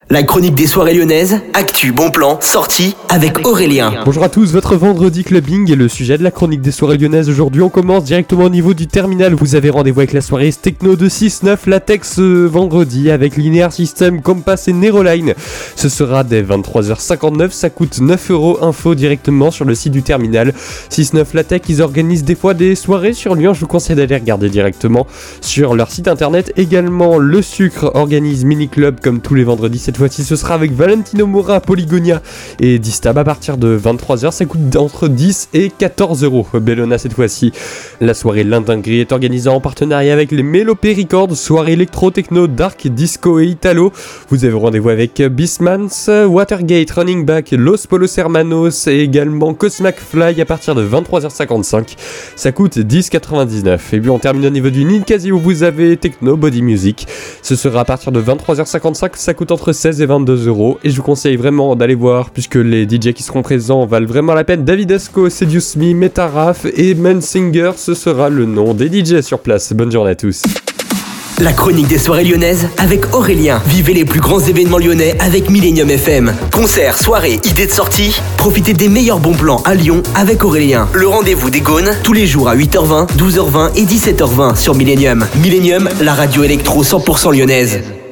La chronique des soirées lyonnaises, actu, bon plan, sortie avec Aurélien. Bonjour à tous, votre vendredi clubbing est le sujet de la chronique des soirées lyonnaises. Aujourd'hui, on commence directement au niveau du terminal. Vous avez rendez-vous avec la soirée techno de 6-9 Latex vendredi avec Linear System, Compass et Neroline. Ce sera dès 23h59, ça coûte 9€. Info directement sur le site du terminal. 6-9 Latex, ils organisent des fois des soirées sur Lyon. Je vous conseille d'aller regarder directement sur leur site internet. Également, Le Sucre organise Mini Club comme tous les vendredis. Cette fois-ci, ce sera avec Valentino Mora, Polygonia et Distab à partir de 23h. Ça coûte entre 10 et 14€. Bellona cette fois-ci. La soirée Lindingri est organisée en partenariat avec les Mélopé Records. Soirée électro, techno, dark, disco et italo. Vous avez rendez-vous avec Bismans, Watergate, Running Back, Los Polos Hermanos et également Cosmac Fly à partir de 23h55. Ça coûte 10,99€. Et puis on termine au niveau du Ninkasi où vous avez techno, body music. Ce sera à partir de 23h55. Ça coûte entre 16 et 22€. Et je vous conseille vraiment d'aller voir puisque les DJ qui seront présents valent vraiment la peine. David Esco, Seduce Me, Metaraf et Mansinger. Ce sera le nom des DJ sur place. Bonne journée à tous. La chronique des soirées lyonnaises avec Aurélien. Vivez les plus grands événements lyonnais avec Millennium FM. Concerts, soirées, idées de sortie. Profitez des meilleurs bons plans à Lyon avec Aurélien. Le rendez-vous des Gaunes, tous les jours à 8h20, 12h20 et 17h20 sur Millennium. Millennium, la radio électro 100% lyonnaise.